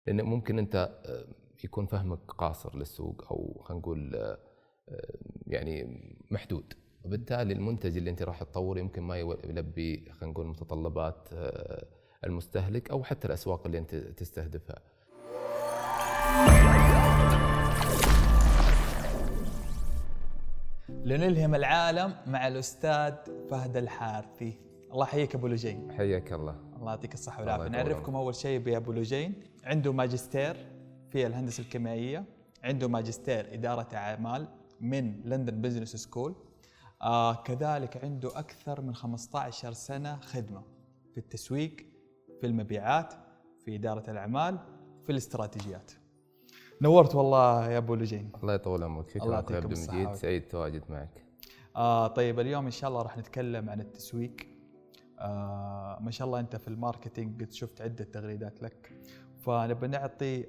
لأن ممكن أنت يكون فهمك قاصر للسوق، أو خلينا نقول يعني محدود، وبالتالي المنتج اللي أنت راح تطوره يمكن ما يلبي خلينا نقول متطلبات المستهلك أو حتى الأسواق اللي أنت تستهدفها. لنلهم العالم مع الأستاذ فهد الحارثي. الله يحييك أبو لجين. حياك الله. الله يعطيك الصحة والعافية. نعرفكم أول شيء بأبو لجين، عنده ماجستير في الهندسة الكيميائية، عنده ماجستير إدارة أعمال من لندن بزنس سكول، كذلك عنده أكثر من 15 سنة خدمة في التسويق، في المبيعات، في إدارة الأعمال، في الاستراتيجيات. نورت والله يا أبو لجين. الله يطول عمرك. شكرا أخوي عبد المجيد، سعيد تواجد معك. طيب اليوم إن شاء الله راح نتكلم عن التسويق. ما شاء الله أنت في الماركتينج قد شفت عدة تغريدات لك، فنبي نعطي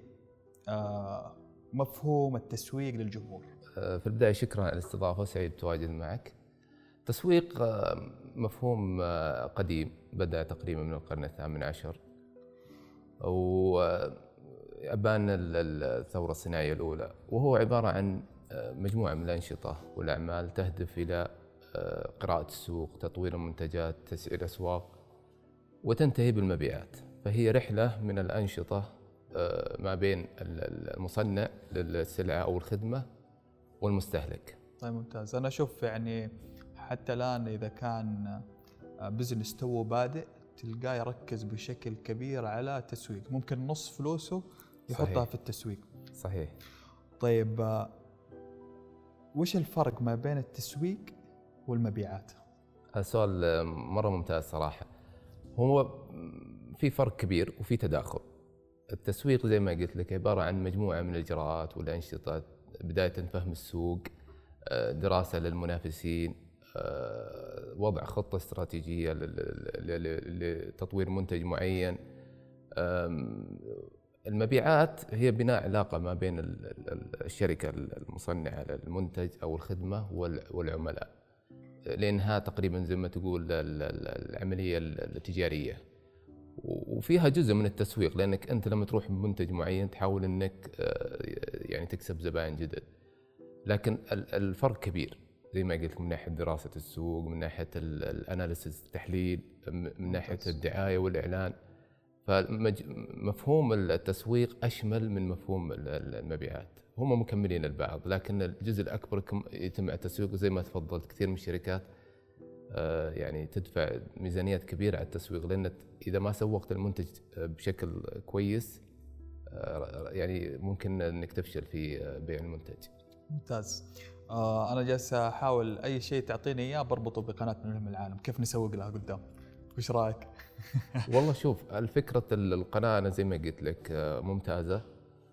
مفهوم التسويق للجمهور. في البداية شكرا على الاستضافة، سعيد تواجد معك. التسويق مفهوم قديم، بدأ تقريبا من القرن الثامن عشر، وأبان الثورة الصناعية الأولى، وهو عبارة عن مجموعة من الأنشطة والأعمال تهدف إلى قراءة السوق، تطوير المنتجات، تسعير الأسواق، وتنتهي بالمبيعات. فهي رحلة من الأنشطة ما بين المصنع للسلعة أو الخدمة والمستهلك. طيب ممتاز. أنا أشوف يعني حتى الآن إذا كان بزنس تو بادئ تلقاه يركز بشكل كبير على التسويق، ممكن نص فلوسه يحطها صحيح. في التسويق. صحيح. طيب وش الفرق ما بين التسويق والمبيعات؟ هذا سؤال مرة ممتاز صراحة. هو في فرق كبير وفي تداخل. التسويق زي ما قلت لك عبارة عن مجموعة من الإجراءات والأنشطة، بداية فهم السوق، دراسة للمنافسين، وضع خطة استراتيجية لتطوير منتج معين. المبيعات هي بناء علاقة ما بين الشركة المصنعة للمنتج أو الخدمة والعملاء، لأنها تقريبا زي ما تقول العملية التجارية، وفيها جزء من التسويق، لأنك أنت لما تروح بمنتج معين تحاول أنك يعني تكسب زبائن جدد. لكن الفرق كبير زي ما قلت، من ناحية دراسة السوق، من ناحية الأناليسيس التحليل، من ناحية الدعاية والإعلان. فمفهوم التسويق أشمل من مفهوم المبيعات، هم مكملين البعض، لكن الجزء الأكبر يتم التسويق. زي ما تفضلت، كثير من الشركات يعني تدفع ميزانيات كبيرة على التسويق، لأن إذا ما سوقت المنتج بشكل كويس يعني ممكن أنك تفشل في بيع المنتج. ممتاز. أنا جالس أحاول أي شيء تعطيني إياه بربطه بقناة نلهم العالم، كيف نسوق لها قدام؟ وش رأيك؟ والله شوف، الفكرة القناة أنا زي ما قلت لك ممتازة،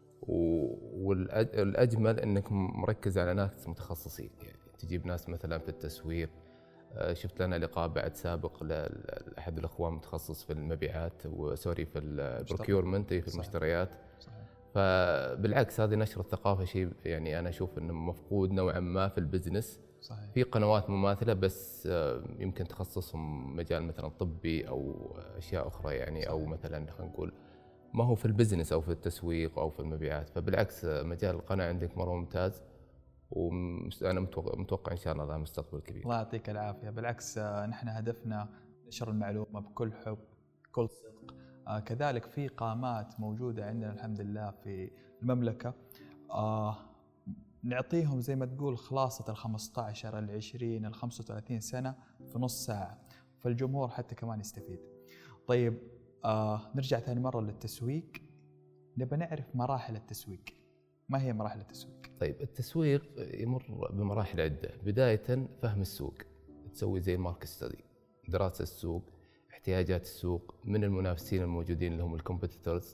والأجمل أنك مركز على ناس متخصصين، يعني تجيب ناس مثلا في التسويق. شفت لنا لقاء بعد سابق لأحد الأخوان متخصص في المبيعات وسوري في البروكيورمنت، في المشتريات. فبالعكس هذه نشر الثقافة شيء يعني أنا أشوف أنه مفقود نوعا ما في البزنس. صحيح. في قنوات مماثلة بس يمكن تخصصهم مجال مثلا طبي أو أشياء أخرى يعني. صحيح. أو مثلا خلينا نقول ما هو في البزنس أو في التسويق أو في المبيعات. فبالعكس مجال القناة عندك مرة ممتاز، وأنا متوقع إن شاء الله لها مستقبل كبير. الله يعطيك العافية. بالعكس نحن هدفنا نشر المعلومة بكل حب، بكل صدق. كذلك في قامات موجودة عندنا الحمد لله في المملكة، نعطيهم زي ما تقول خلاصة 15 20 35 سنة في نص ساعة، فالجمهور حتى كمان يستفيد. طيب نرجع ثاني مرة للتسويق. نبى نعرف مراحل التسويق. ما هي مراحل التسويق؟ طيب التسويق يمر بمراحل عدة. بداية فهم السوق، تسوي زي الماركت ستدي، دراسة السوق، احتياجات السوق من المنافسين الموجودين اللي هم الكومبيتيتورز،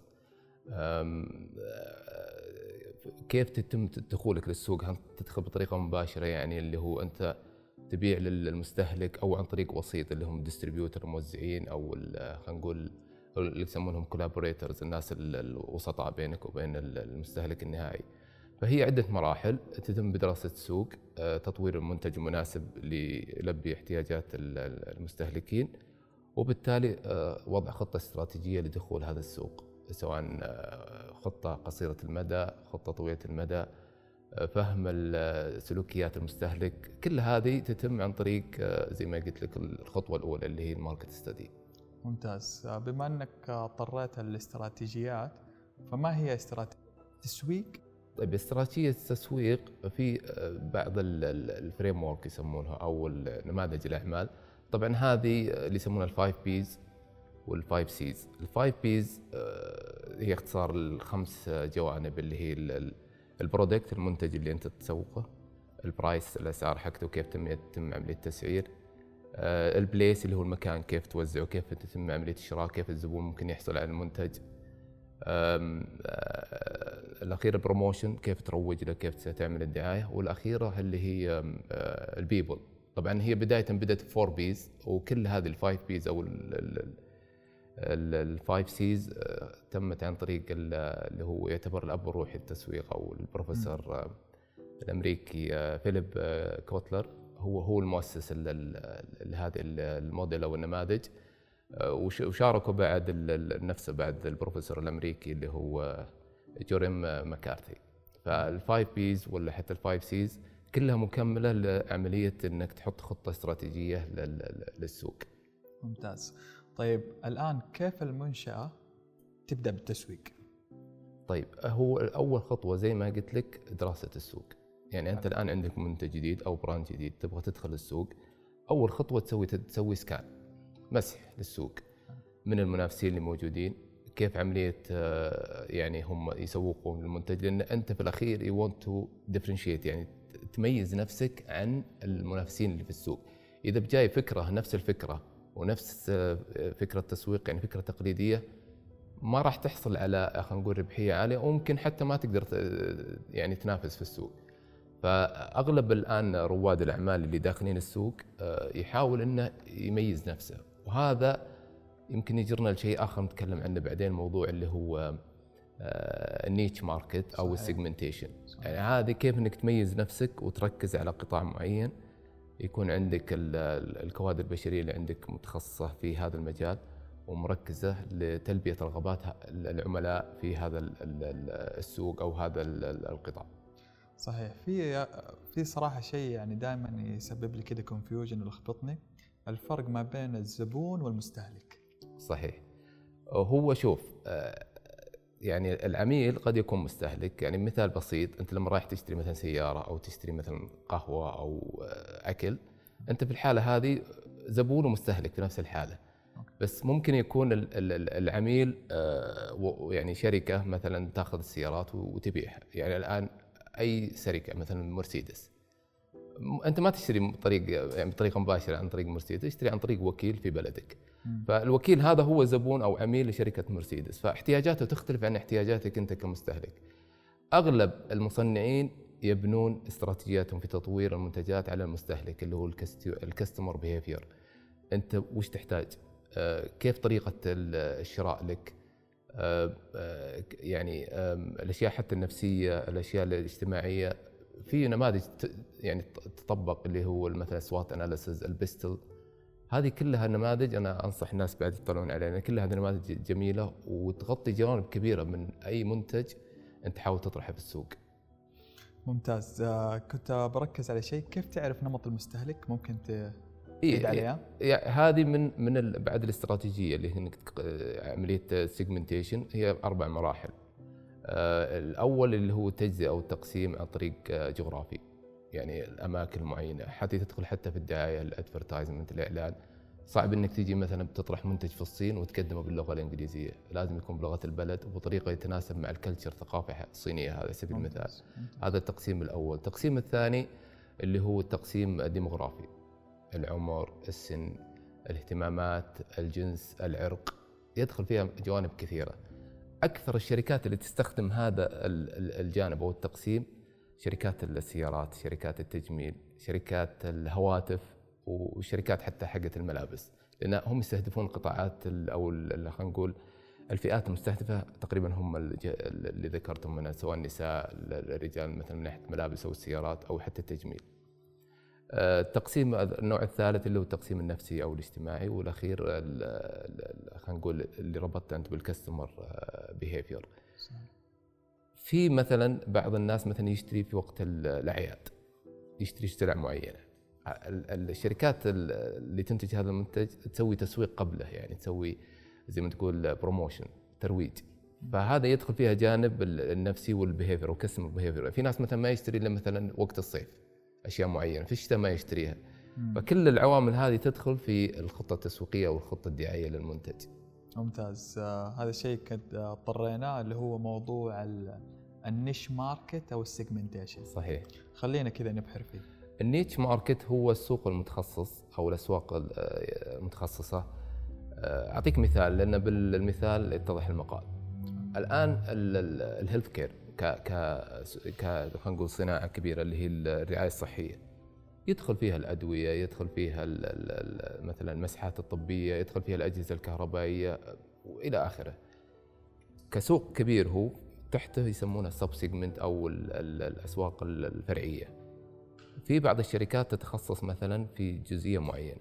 كيف تتم دخولك للسوق. هل تدخل بطريقة مباشرة يعني اللي هو أنت تبيع للمستهلك، أو عن طريق وسيط اللي هم ديستريبيوتر الموزعين، أو خلينا نقول اللي يسمونهم كولابوريترز، الناس الوسطاء بينك وبين المستهلك النهائي. فهي عدة مراحل تتم بدراسة السوق، تطوير المنتج المناسب ليلبي احتياجات المستهلكين، وبالتالي وضع خطة استراتيجية لدخول هذا السوق. سواء خطة قصيرة المدى، خطة طويلة المدى، فهم سلوكيات المستهلك، كل هذه تتم عن طريق زي ما قلت لك الخطوة الأولى اللي هي الماركت ستدي. ممتاز. بما أنك اضطريت الاستراتيجيات، فما هي استراتيجية التسويق؟ طيب استراتيجية التسويق في بعض الفريم ورك يسمونها أو نماذج الأعمال. طبعا هذه اللي يسمونها الفايف بيز والفايف سيز. الفايف بيز هي اختصار الخمس جوانب اللي هي البرودكت، المنتج اللي أنت تسوقه، البرايس، الأسعار حقته كيف تتم عملية التسعير، البليس اللي هو المكان كيف توزعه، كيف تتم عملية الشراء، كيف الزبون ممكن يحصل على المنتج، الأخيرة البروموشن كيف تروج له، كيف تعمل الدعاية، والأخيرة اللي هي البيبل. طبعا هي بدت 4 بيز، وكل هذه الفايف بيز أو الفايف سيز تمت عن طريق اللي هو يعتبر الأب الروحي التسويق أو البروفيسور الأمريكي فيليب كوتلر، هو المؤسس لهذه الموديل أو النماذج. وشاركوا بعد نفسه بعد البروفيسور الأمريكي اللي هو جوريم ماكارثي. فالفايف بيز ولا حتى الفايف سيز كلها مكملة لعملية أنك تحط خطة استراتيجية للسوق. ممتاز. طيب الآن كيف المنشأة تبدأ بالتسويق؟ طيب هو أول خطوة زي ما قلت لك دراسة السوق. يعني أنت الآن عندك منتج جديد أو براند جديد تبغى تدخل السوق، أول خطوة تسوي سكان، مسح للسوق من المنافسين اللي موجودين، كيف عملية يعني هم يسوقون المنتج، لأن أنت في الأخير you want to differentiate، يعني تميز نفسك عن المنافسين اللي في السوق. إذا بجاي فكرة نفس الفكرة ونفس فكرة تسويق، يعني فكرة تقليدية، ما راح تحصل على خلينا نقول ربحية عالية، وممكن حتى ما تقدر يعني تنافس في السوق. فأغلب الآن رواد الأعمال اللي داخلين السوق يحاول إنه يميز نفسه، وهذا يمكن يجرنا لشيء آخر نتكلم عنه بعدين، موضوع اللي هو النيتش ماركت أو السيجمنتيشن. يعني هذه كيف إنك تميز نفسك وتركز على قطاع معين، يكون عندك الكوادر البشرية اللي عندك متخصصة في هذا المجال ومركزة لتلبية رغبات العملاء في هذا السوق أو هذا القطاع. صحيح. في صراحة شيء يعني دائما يسبب لي كده كونفيوجن ويلخبطني، الفرق ما بين الزبون والمستهلك. صحيح. هو شوف يعني العميل قد يكون مستهلك. يعني مثال بسيط، أنت لما رايح تشتري مثلا سيارة أو تشتري مثلا قهوة أو أكل، أنت في الحالة هذه زبون ومستهلك في نفس الحالة. بس ممكن يكون العميل يعني شركة مثلا تأخذ السيارات وتبيعها. يعني الآن أي شركة مثلا مرسيدس، أنت ما تشتري يعني بطريقة مباشرة عن طريق مرسيدس، تشتري عن طريق وكيل في بلدك. فالوكيل هذا هو زبون أو عميل لشركة مرسيدس، فاحتياجاته تختلف عن احتياجاتك أنت كمستهلك. أغلب المصنعين يبنون استراتيجياتهم في تطوير المنتجات على المستهلك اللي هو الكاستمر بيهيفير. أنت وش تحتاج؟ كيف طريقة الشراء لك؟ يعني الأشياء حتى النفسية، الأشياء الاجتماعية. في نماذج يعني تطبق اللي هو مثلا سوات أناليسيز، البيستل، هذه كلها نماذج أنا أنصح الناس بعد يطلعون عليها. كل هذه نماذج جميلة وتغطي جوانب كبيرة من أي منتج أنت حاول تطرحه في السوق. ممتاز. كنت بركز على شيء، كيف تعرف نمط المستهلك؟ ممكن تزيد عليها؟ هذه من بعد الاستراتيجية اللي هي عملية سيجمنتيشن، هي 4 مراحل. الأول اللي هو تجزئة أو التقسيم عن طريق جغرافي، يعني الأماكن المعينة، حتى تدخل حتى في الدعاية، الادفرتايزمنت، الإعلان. صعب إنك تيجي مثلا بتطرح منتج في الصين وتقدمه باللغة الإنجليزية، لازم يكون بلغة البلد وبطريقة يتناسب مع الكلتشر، الثقافة الصينية. هذا سبيل المثال. هذا التقسيم الأول. التقسيم الثاني اللي هو التقسيم الديموغرافي، العمر، السن، الاهتمامات، الجنس، العرق، يدخل فيها جوانب كثيرة. أكثر الشركات اللي تستخدم هذا الجانب أو التقسيم شركات السيارات، شركات التجميل، شركات الهواتف، وشركات حتى حقة الملابس، لأن هم يستهدفون قطاعات أو خلينا نقول الفئات المستهدفة تقريبا هم اللي ذكرتهم منها، سواء النساء، الرجال مثلا من ناحية الملابس أو السيارات أو حتى التجميل. تقسيم النوع الثالث اللي هو التقسيم النفسي او الاجتماعي، والاخير خلينا نقول اللي ربطت انت بالكاستمر بيهيفير. في مثلا بعض الناس مثلا يشتري في وقت الاعياد، يشتري سلع معينه، الشركات اللي تنتج هذا المنتج تسوي تسويق قبله، يعني تسوي زي ما تقول بروموشن، ترويج، فهذا يدخل فيها جانب النفسي والبيهيفير والكاستمر بيهيفير. في ناس مثلا ما يشتري الا مثلا وقت الصيف اشياء معينه، في الشتاء ما يشتريها. فكل العوامل هذه تدخل في الخطه التسويقيه والخطه الدعائيه للمنتج. ممتاز. هذا الشيء قد اضطرينا اللي هو موضوع النيش ماركت او السيجمنتيشن. صحيح. خلينا كذا نبحر فيه. النيتش ماركت هو السوق المتخصص او الاسواق المتخصصه. اعطيك مثال لان بالمثال يتضح المقال. الان الهيلث كير خلينا نقول صناعه كبيره اللي هي الرعايه الصحيه، يدخل فيها الادويه، يدخل فيها مثلا المسحات الطبيه، يدخل فيها الاجهزه الكهربائيه والى اخره. كسوق كبير هو تحته يسمونه سب سيجمنت او الاسواق الفرعيه. في بعض الشركات تتخصص مثلا في جزئيه معينه،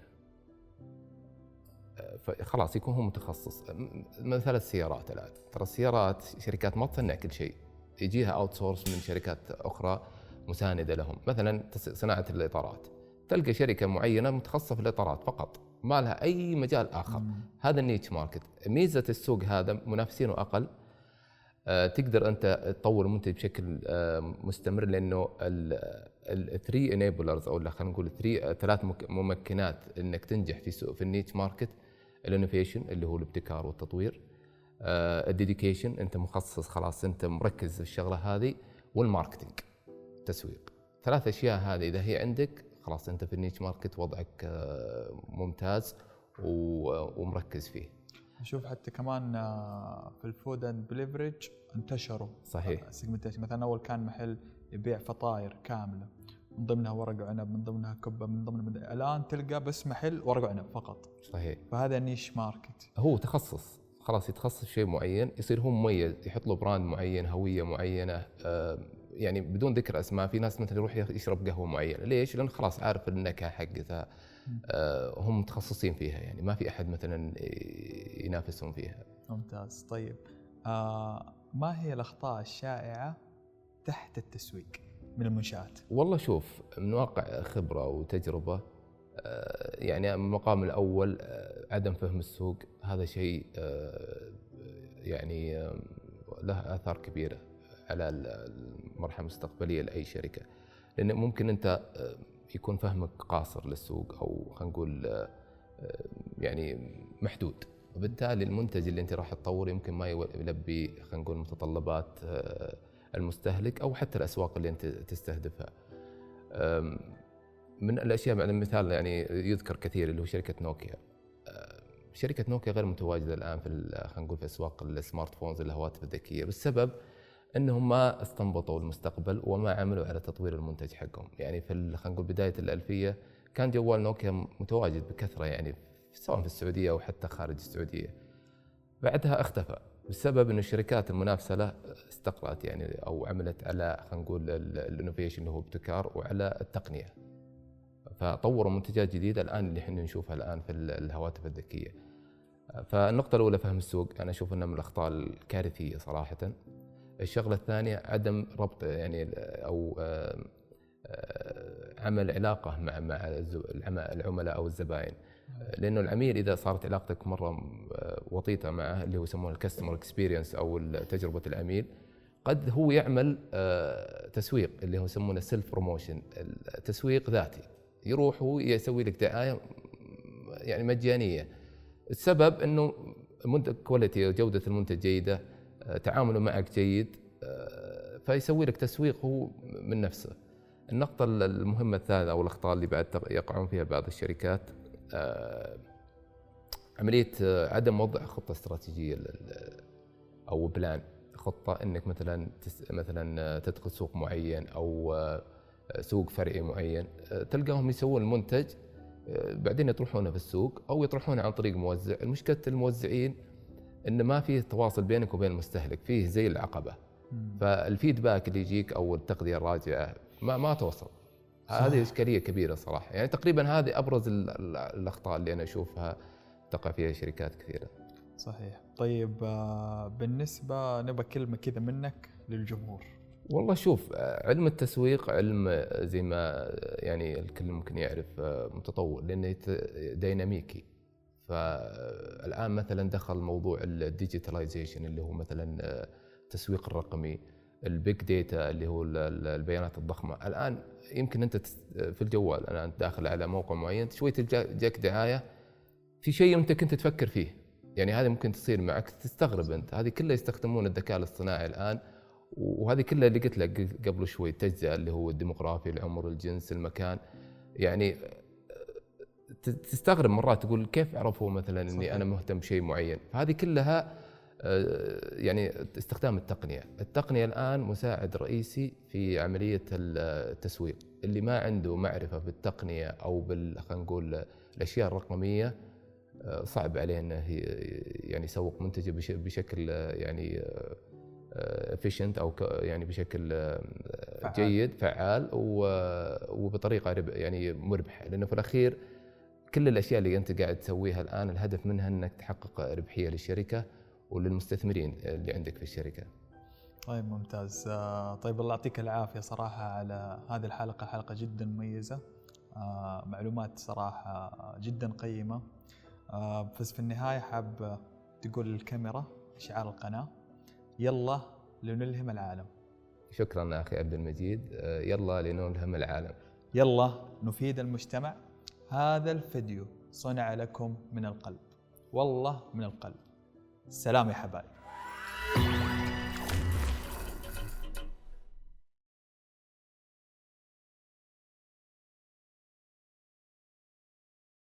فخلاص يكون هو متخصص. مثلا السيارات الان، ترى السيارات شركات ما تصنع كل شيء، يجيها اوت سورس من شركات اخرى مسانده لهم. مثلا صناعه الاطارات، تلقى شركه معينه متخصصه في الاطارات فقط، ما لها اي مجال اخر. هذا النيتش ماركت. ميزه السوق هذا منافسينه اقل، تقدر انت تطور المنتج بشكل مستمر، لانه الثري انيبلرز او خلينا نقول ثلاث ممكنات انك تنجح في النيتش ماركت: الانوفيشن اللي هو الابتكار والتطوير، الديديكيشن انت مخصص خلاص انت مركز في الشغله هذه، والماركتينج تسويق. ثلاث اشياء هذه اذا هي عندك خلاص انت في النيتش ماركت وضعك ممتاز ومركز فيه. نشوف حتى كمان في الفود اند بليفرج انتشروا. صحيح. سيجمنتيشن مثلا اول كان محل يبيع فطاير كامله، من ضمنها ورق عنب، من ضمنها كبه، من ضمنها الان تلقى بس محل ورق عنب فقط. صحيح. فهذا نيش ماركت، هو تخصص، خلاص يتخصص في شيء معين، يصير هو مميز، يحط له براند معين، هويه معينه. يعني بدون ذكر اسماء، في ناس مثلا يروح يشرب قهوه معينه، ليش؟ لانه خلاص عارف النكهه حقتها، هم متخصصين فيها، يعني ما في احد مثلا ينافسهم فيها. ممتاز. طيب ما هي الاخطاء الشائعه تحت التسويق من المنشآت؟ والله شوف، من واقع خبره وتجربه، يعني المقام الاول عدم فهم السوق. هذا شيء يعني له آثار كبيرة على المرحلة المستقبلية لأي شركة، لأن ممكن أنت يكون فهمك قاصر للسوق، أو خلينا نقول يعني محدود، وبالتالي المنتج اللي أنت راح تطوره يمكن ما يلبي خلينا نقول متطلبات المستهلك أو حتى الأسواق اللي أنت تستهدفها. من الأشياء بعد المثال يعني يذكر كثير اللي هو شركة نوكيا. شركة نوكيا غير متواجدة الآن في خلينا نقول في أسواق السمارت فونز، الهواتف الذكية، بالسبب أنهم ما استنبطوا المستقبل وما عملوا على تطوير المنتج حقهم. يعني في خلينا نقول بداية الألفية كان جوال نوكيا متواجد بكثرة، يعني سواء في السعودية أو حتى خارج السعودية. بعدها اختفى بسبب أن الشركات المنافسة له استقرأت، يعني أو عملت على خلينا نقول الانوفيشن اللي هو ابتكار وعلى التقنية، فطوروا منتجات جديدة الآن اللي احنا نشوفها الآن في الهواتف الذكية. فالنقطة الأولى فهم السوق، أنا أشوف أنها من الأخطاء الكارثية صراحة. الشغلة الثانية عدم ربط يعني أو عمل علاقة مع العملاء أو الزبائن، لأنه العميل إذا صارت علاقتك مرة وطيدة معه اللي هو يسمونه الكاستمر اكسبيرينس أو تجربة العميل، قد هو يعمل تسويق اللي هو يسمونه سيلف بروموشن، تسويق ذاتي، يروح هو يسوي لك دعاية يعني مجانية. السبب أنه المنتج كواليتي، جودة المنتج جيدة، تعامله معك جيد، فيسوي لك تسويق هو من نفسه. النقطة المهمة الثالثة أو الأخطاء اللي بعد يقعون فيها بعض الشركات، عملية عدم وضع خطة استراتيجية أو بلان، خطة إنك مثلا تدخل سوق معين أو سوق فرعي معين، تلقاهم يسوون المنتج بعدين يطرحونه في السوق أو يطرحونه عن طريق موزع. المشكلة الموزعين إن ما فيه تواصل بينك وبين المستهلك، فيه زي العقبة، فالفيدباك اللي يجيك أو التغذية الراجعة ما توصل. هذه إشكالية كبيرة صراحة. يعني تقريبا هذه أبرز الأخطاء اللي أنا أشوفها تقع فيها شركات كثيرة. صحيح. طيب بالنسبة نبغى كلمة كذا منك للجمهور. والله شوف، علم التسويق علم زي ما يعني الكل ممكن يعرف متطور، لأنه ديناميكي. فالآن مثلا دخل موضوع الديجيتاليزيشن اللي هو مثلا التسويق الرقمي، البيج داتا اللي هو البيانات الضخمة. الآن يمكن أنت في الجوال الآن داخل على موقع معين، شوي جاك دعاية في شيء أنت كنت تفكر فيه، يعني هذه ممكن تصير معك تستغرب أنت. هذه كلها يستخدمون الذكاء الاصطناعي الآن، وهذه كلها اللي قلت لك قبل شوي تجزئة اللي هو الديموغرافي، العمر، الجنس، المكان. يعني تستغرب مرات تقول كيف عرفوا مثلا اني انا مهتم بشيء معين. فهذه كلها يعني استخدام التقنية الآن مساعد رئيسي في عملية التسويق. اللي ما عنده معرفة بالتقنية أو خلينا نقول الأشياء الرقمية صعب عليه أنه يعني يسوق منتجه بشكل يعني efficient أو يعني بشكل جيد فعال وبطريقة يعني مربحة. لأنه في الأخير كل الأشياء اللي أنت قاعد تسويها الآن الهدف منها أنك تحقق ربحية للشركة وللمستثمرين اللي عندك في الشركة. طيب ممتاز. طيب الله يعطيك العافية صراحة على هذه الحلقة، حلقة جدا مميزة، معلومات صراحة جدا قيمة. بس في النهاية حاب تقول للكاميرا شعار القناة: يلا لنلهم العالم. شكرا أخي عبد المجيد. يلا لنلهم العالم، يلا نفيد المجتمع. هذا الفيديو صنع لكم من القلب، والله من القلب. سلام يا حبايب.